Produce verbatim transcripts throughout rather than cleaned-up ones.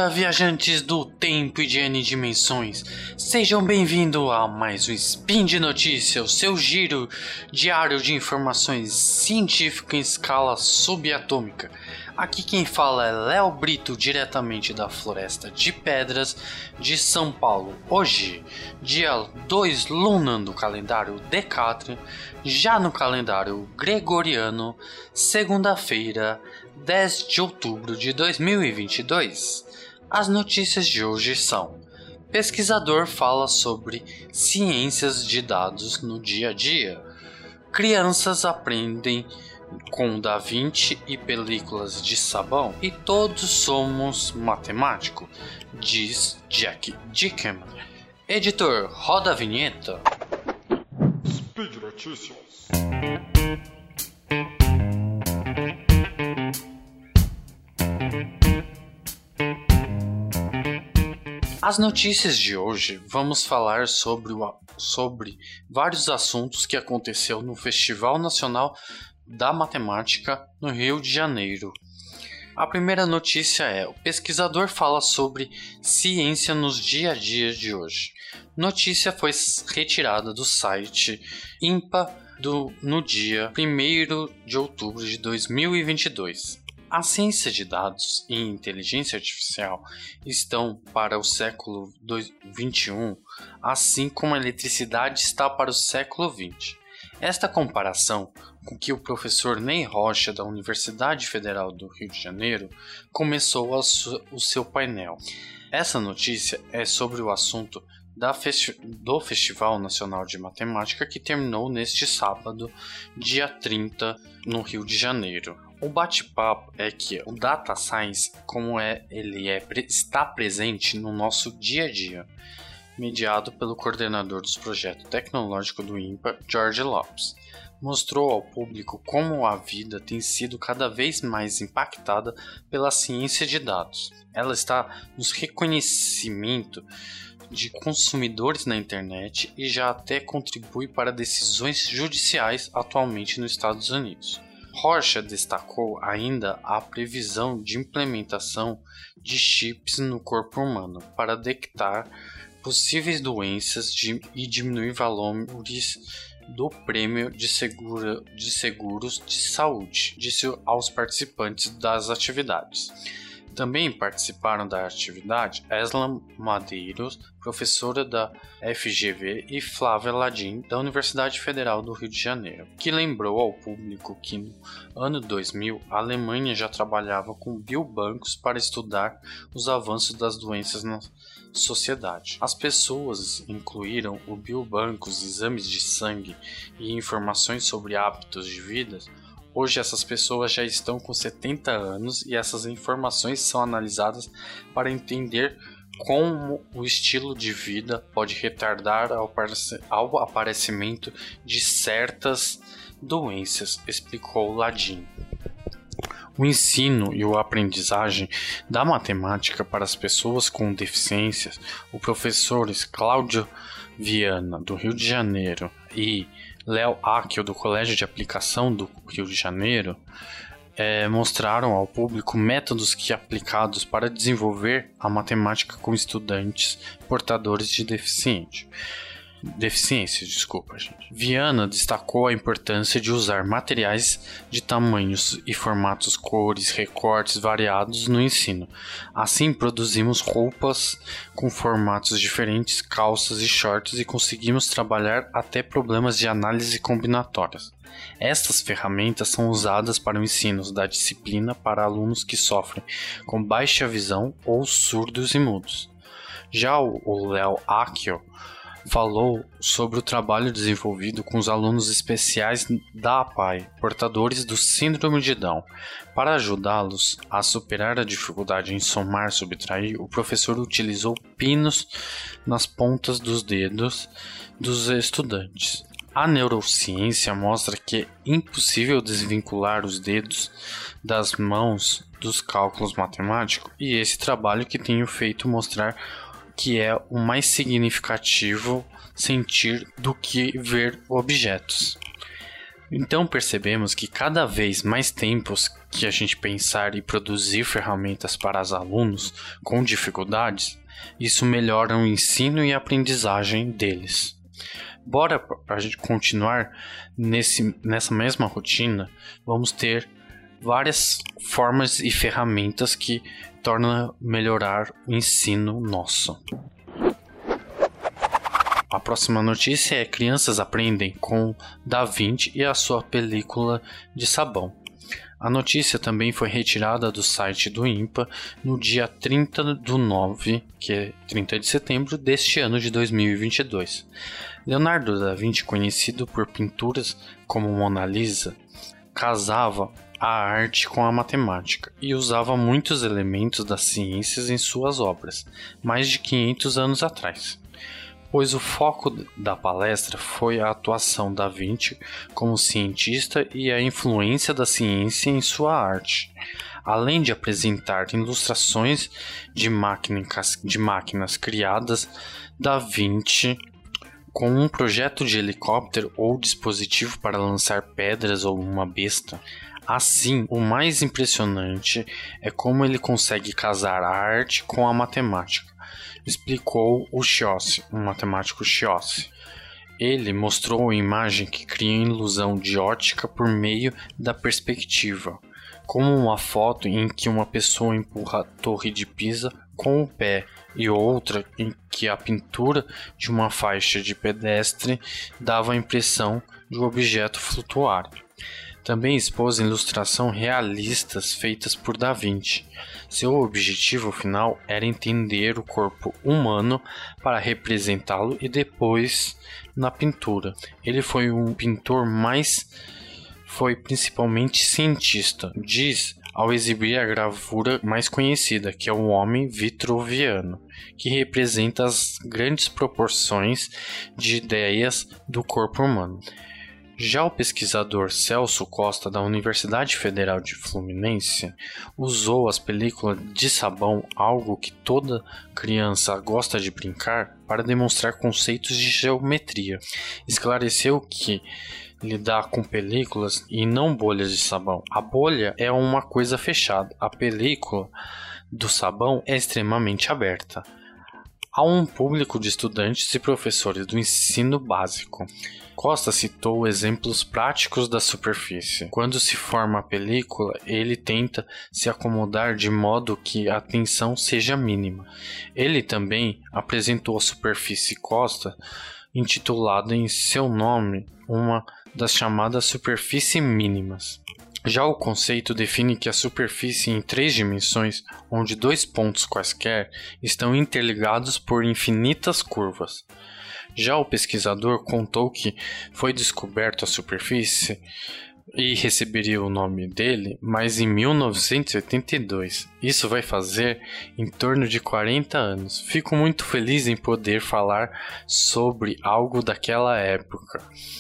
dia, viajantes do tempo e de N dimensões. Sejam bem-vindos a mais um Spin de Notícias, o seu giro diário de informações científicas em escala subatômica. Aqui quem fala é Léo Brito, diretamente da Floresta de Pedras de São Paulo. Hoje, dia dois Lunan do calendário Decátria, já no calendário Gregoriano, segunda-feira, dez de outubro de dois mil e vinte e dois. As notícias de hoje são: pesquisador fala sobre ciências de dados no dia a dia. Crianças aprendem com Da Vinci e películas de sabão. E todos somos matemáticos, diz Jack Dickham. Editor, roda a vinheta. Speed Notícias. As notícias de hoje vamos falar sobre, o, sobre vários assuntos que aconteceu no Festival Nacional da Matemática no Rio de Janeiro. A primeira notícia é: o pesquisador fala sobre ciência nos dia a dia de hoje. Notícia foi retirada do site INPA do, no dia primeiro de outubro de dois mil e vinte e dois. A ciência de dados e inteligência artificial estão para o século vinte e um, assim como a eletricidade está para o século vinte. Esta comparação com que o professor Ney Rocha, da Universidade Federal do Rio de Janeiro, começou su- o seu painel. Essa notícia é sobre o assunto da festi- do Festival Nacional de Matemática, que terminou neste sábado, dia trinta, no Rio de Janeiro. O bate-papo é que o Data Science, como é, ele é, está presente no nosso dia a dia, mediado pelo coordenador dos projetos tecnológicos do INPA, Jorge Lopes. Mostrou ao público como a vida tem sido cada vez mais impactada pela ciência de dados. Ela está nos reconhecimento de consumidores na internet e já até contribui para decisões judiciais atualmente nos Estados Unidos. Rocha destacou ainda a previsão de implementação de chips no corpo humano para detectar possíveis doenças de, e diminuir valores do prêmio de, segura, de seguros de saúde, disse aos participantes das atividades. Também participaram da atividade Esla Madeiros, professora da F G V, e Flávia Ladim, da Universidade Federal do Rio de Janeiro, que lembrou ao público que no ano dois mil a Alemanha já trabalhava com biobancos para estudar os avanços das doenças na sociedade. As pessoas incluíram o biobancos, exames de sangue e informações sobre hábitos de vida. Hoje essas pessoas já estão com setenta anos e essas informações são analisadas para entender como o estilo de vida pode retardar ao aparecimento de certas doenças, explicou Ladim. O ensino e a aprendizagem da matemática para as pessoas com deficiências, o professores Cláudio Viana, do Rio de Janeiro, e Léo Akio, do Colégio de Aplicação do Rio de Janeiro, é, mostraram ao público métodos que aplicados para desenvolver a matemática com estudantes portadores de deficiente. deficiência. Desculpa, gente. Viana destacou a importância de usar materiais de tamanhos e formatos, cores, recortes variados no ensino. Assim, produzimos roupas com formatos diferentes, calças e shorts, e conseguimos trabalhar até problemas de análise combinatórias. Estas ferramentas são usadas para o ensino da disciplina para alunos que sofrem com baixa visão ou surdos e mudos. Já o Léo Akio falou sobre o trabalho desenvolvido com os alunos especiais da A P A I, portadores do síndrome de Down. Para ajudá-los a superar a dificuldade em somar e subtrair, o professor utilizou pinos nas pontas dos dedos dos estudantes. A neurociência mostra que é impossível desvincular os dedos das mãos dos cálculos matemáticos, e esse trabalho que tenho feito mostrar que é o mais significativo sentir do que ver objetos. Então percebemos que cada vez mais tempos que a gente pensar e produzir ferramentas para os alunos com dificuldades, isso melhora o ensino e a aprendizagem deles. Bora para a gente continuar nesse, nessa mesma rotina, vamos ter várias formas e ferramentas que tornam melhorar o ensino nosso. A próxima notícia é: crianças aprendem com Da Vinci e a sua película de sabão. A notícia também foi retirada do site do INPA no dia trinta do nove, que é trinta de setembro deste ano de dois mil e vinte e dois. Leonardo da Vinci, conhecido por pinturas como Mona Lisa, casava a arte com a matemática e usava muitos elementos das ciências em suas obras, mais de quinhentos anos atrás. Pois o foco da palestra foi a atuação da Vinci como cientista e a influência da ciência em sua arte, além de apresentar ilustrações de máquinas, de máquinas criadas. Da Vinci, com um projeto de helicóptero ou dispositivo para lançar pedras ou uma besta. Assim, o mais impressionante é como ele consegue casar a arte com a matemática, explicou o Sciossi, um matemático Sciossi. Ele mostrou a imagem que cria ilusão de ótica por meio da perspectiva, como uma foto em que uma pessoa empurra a torre de Pisa com o pé e outra em que a pintura de uma faixa de pedestre dava a impressão de um objeto flutuar. Também expôs ilustrações realistas feitas por Da Vinci. Seu objetivo final era entender o corpo humano para representá-lo e depois na pintura. Ele foi um pintor, mas foi principalmente cientista, diz ao exibir a gravura mais conhecida, que é o Homem Vitruviano, que representa as grandes proporções de ideias do corpo humano. Já o pesquisador Celso Costa, da Universidade Federal de Fluminense, usou as películas de sabão, algo que toda criança gosta de brincar, para demonstrar conceitos de geometria. Esclareceu que lidar com películas e não bolhas de sabão. A bolha é uma coisa fechada, a película do sabão é extremamente aberta. Há um público de estudantes e professores do ensino básico. Costa citou exemplos práticos da superfície. Quando se forma a película, ele tenta se acomodar de modo que a tensão seja mínima. Ele também apresentou a superfície Costa, intitulada em seu nome, uma das chamadas superfícies mínimas. Já o conceito define que a superfície em três dimensões, onde dois pontos quaisquer estão interligados por infinitas curvas. Já o pesquisador contou que foi descoberto a superfície e receberia o nome dele, mas em mil novecentos e oitenta e dois. Isso vai fazer em torno de quarenta anos. Fico muito feliz em poder falar sobre algo daquela época.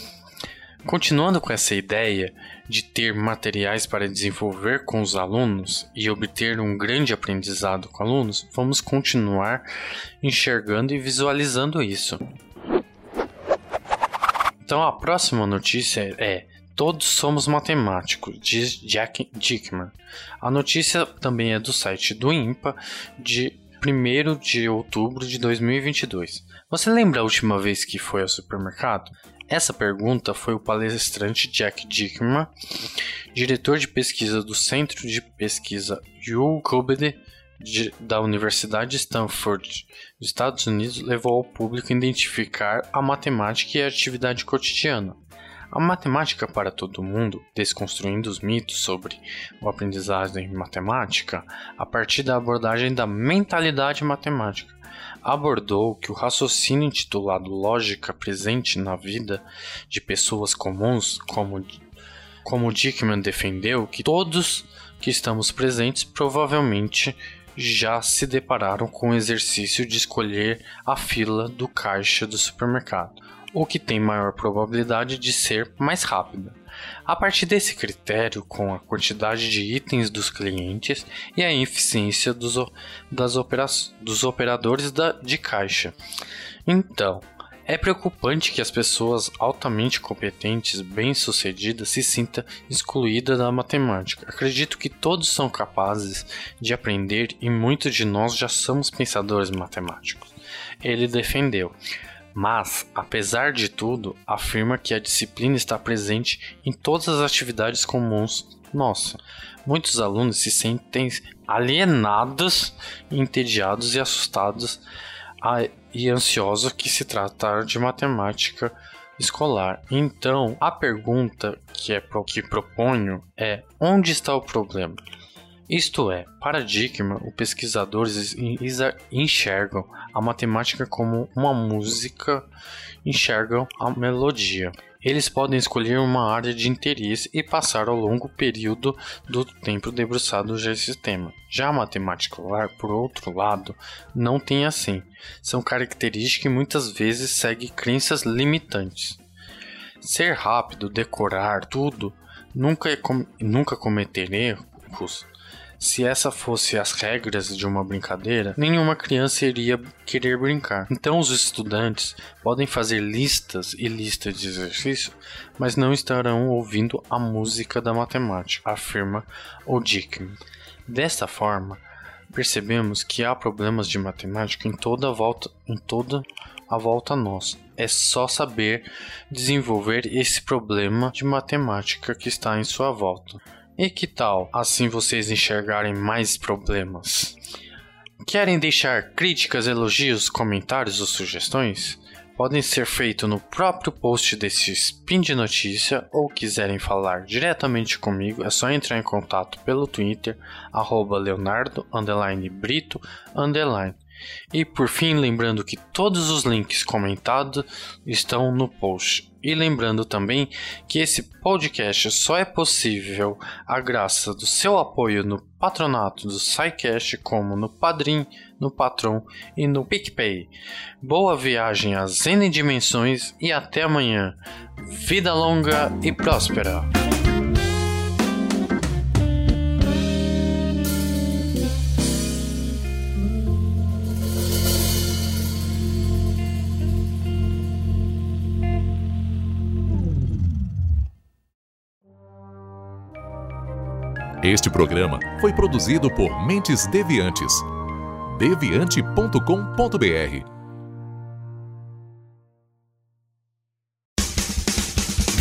Continuando com essa ideia de ter materiais para desenvolver com os alunos e obter um grande aprendizado com alunos, vamos continuar enxergando e visualizando isso. Então a próxima notícia é: todos somos matemáticos, diz Jack Dickman. A notícia também é do site do INPA, de primeiro de outubro de dois mil e vinte e dois. Você lembra a última vez que foi ao supermercado? Essa pergunta foi o palestrante Jack Dickman, diretor de pesquisa do Centro de Pesquisa U C B da Universidade de Stanford, dos Estados Unidos, levou ao público a identificar a matemática e a atividade cotidiana. A matemática para todo mundo, desconstruindo os mitos sobre o aprendizagem em matemática, a partir da abordagem da mentalidade matemática. Abordou que o raciocínio intitulado lógica presente na vida de pessoas comuns, como, como Dickman defendeu, que todos que estamos presentes provavelmente já se depararam com o exercício de escolher a fila do caixa do supermercado, o que tem maior probabilidade de ser mais rápida. A partir desse critério, com a quantidade de itens dos clientes e a eficiência dos, das opera, dos operadores da, de caixa. Então, É preocupante que as pessoas altamente competentes, bem-sucedidas, se sintam excluídas da matemática. Acredito que todos são capazes de aprender e muitos de nós já somos pensadores matemáticos. Ele defendeu. Mas, apesar de tudo, afirma que a disciplina está presente em todas as atividades comuns. Nossa, muitos alunos se sentem alienados, entediados e assustados a, e ansiosos que se tratar de matemática escolar. Então, a pergunta que, é, que proponho é: onde está o problema? Isto é, para Dickman, os pesquisadores enxergam a matemática como uma música, enxergam a melodia. Eles podem escolher uma área de interesse e passar ao longo período do tempo debruçado nesse tema. Já a matemática escolar, por outro lado, não tem assim. São características que muitas vezes seguem crenças limitantes. Ser rápido, decorar tudo, nunca, é com... nunca cometer erros. Se essa fosse as regras de uma brincadeira, nenhuma criança iria querer brincar. Então os estudantes podem fazer listas e listas de exercícios, mas não estarão ouvindo a música da matemática, afirma o Dickman. Desta forma, percebemos que há problemas de matemática em toda a volta, em toda a volta a nós. É só saber desenvolver esse problema de matemática que está em sua volta. E que tal assim vocês enxergarem mais problemas? Querem deixar críticas, elogios, comentários ou sugestões? Podem ser feitos no próprio post desse Spin de Notícia, ou quiserem falar diretamente comigo, é só entrar em contato pelo Twitter, arroba leonardo, underline, brito, underline. E por fim, lembrando que todos os links comentados estão no post. E lembrando também que esse podcast só é possível à graça do seu apoio no patronato do SciCast, como no Padrim, no Patreon e no PicPay. Boa viagem às N dimensões e até amanhã. Vida longa e próspera! Este programa foi produzido por Mentes Deviantes. deviante ponto com ponto b r.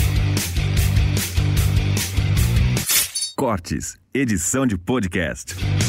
Cortes, edição de podcast.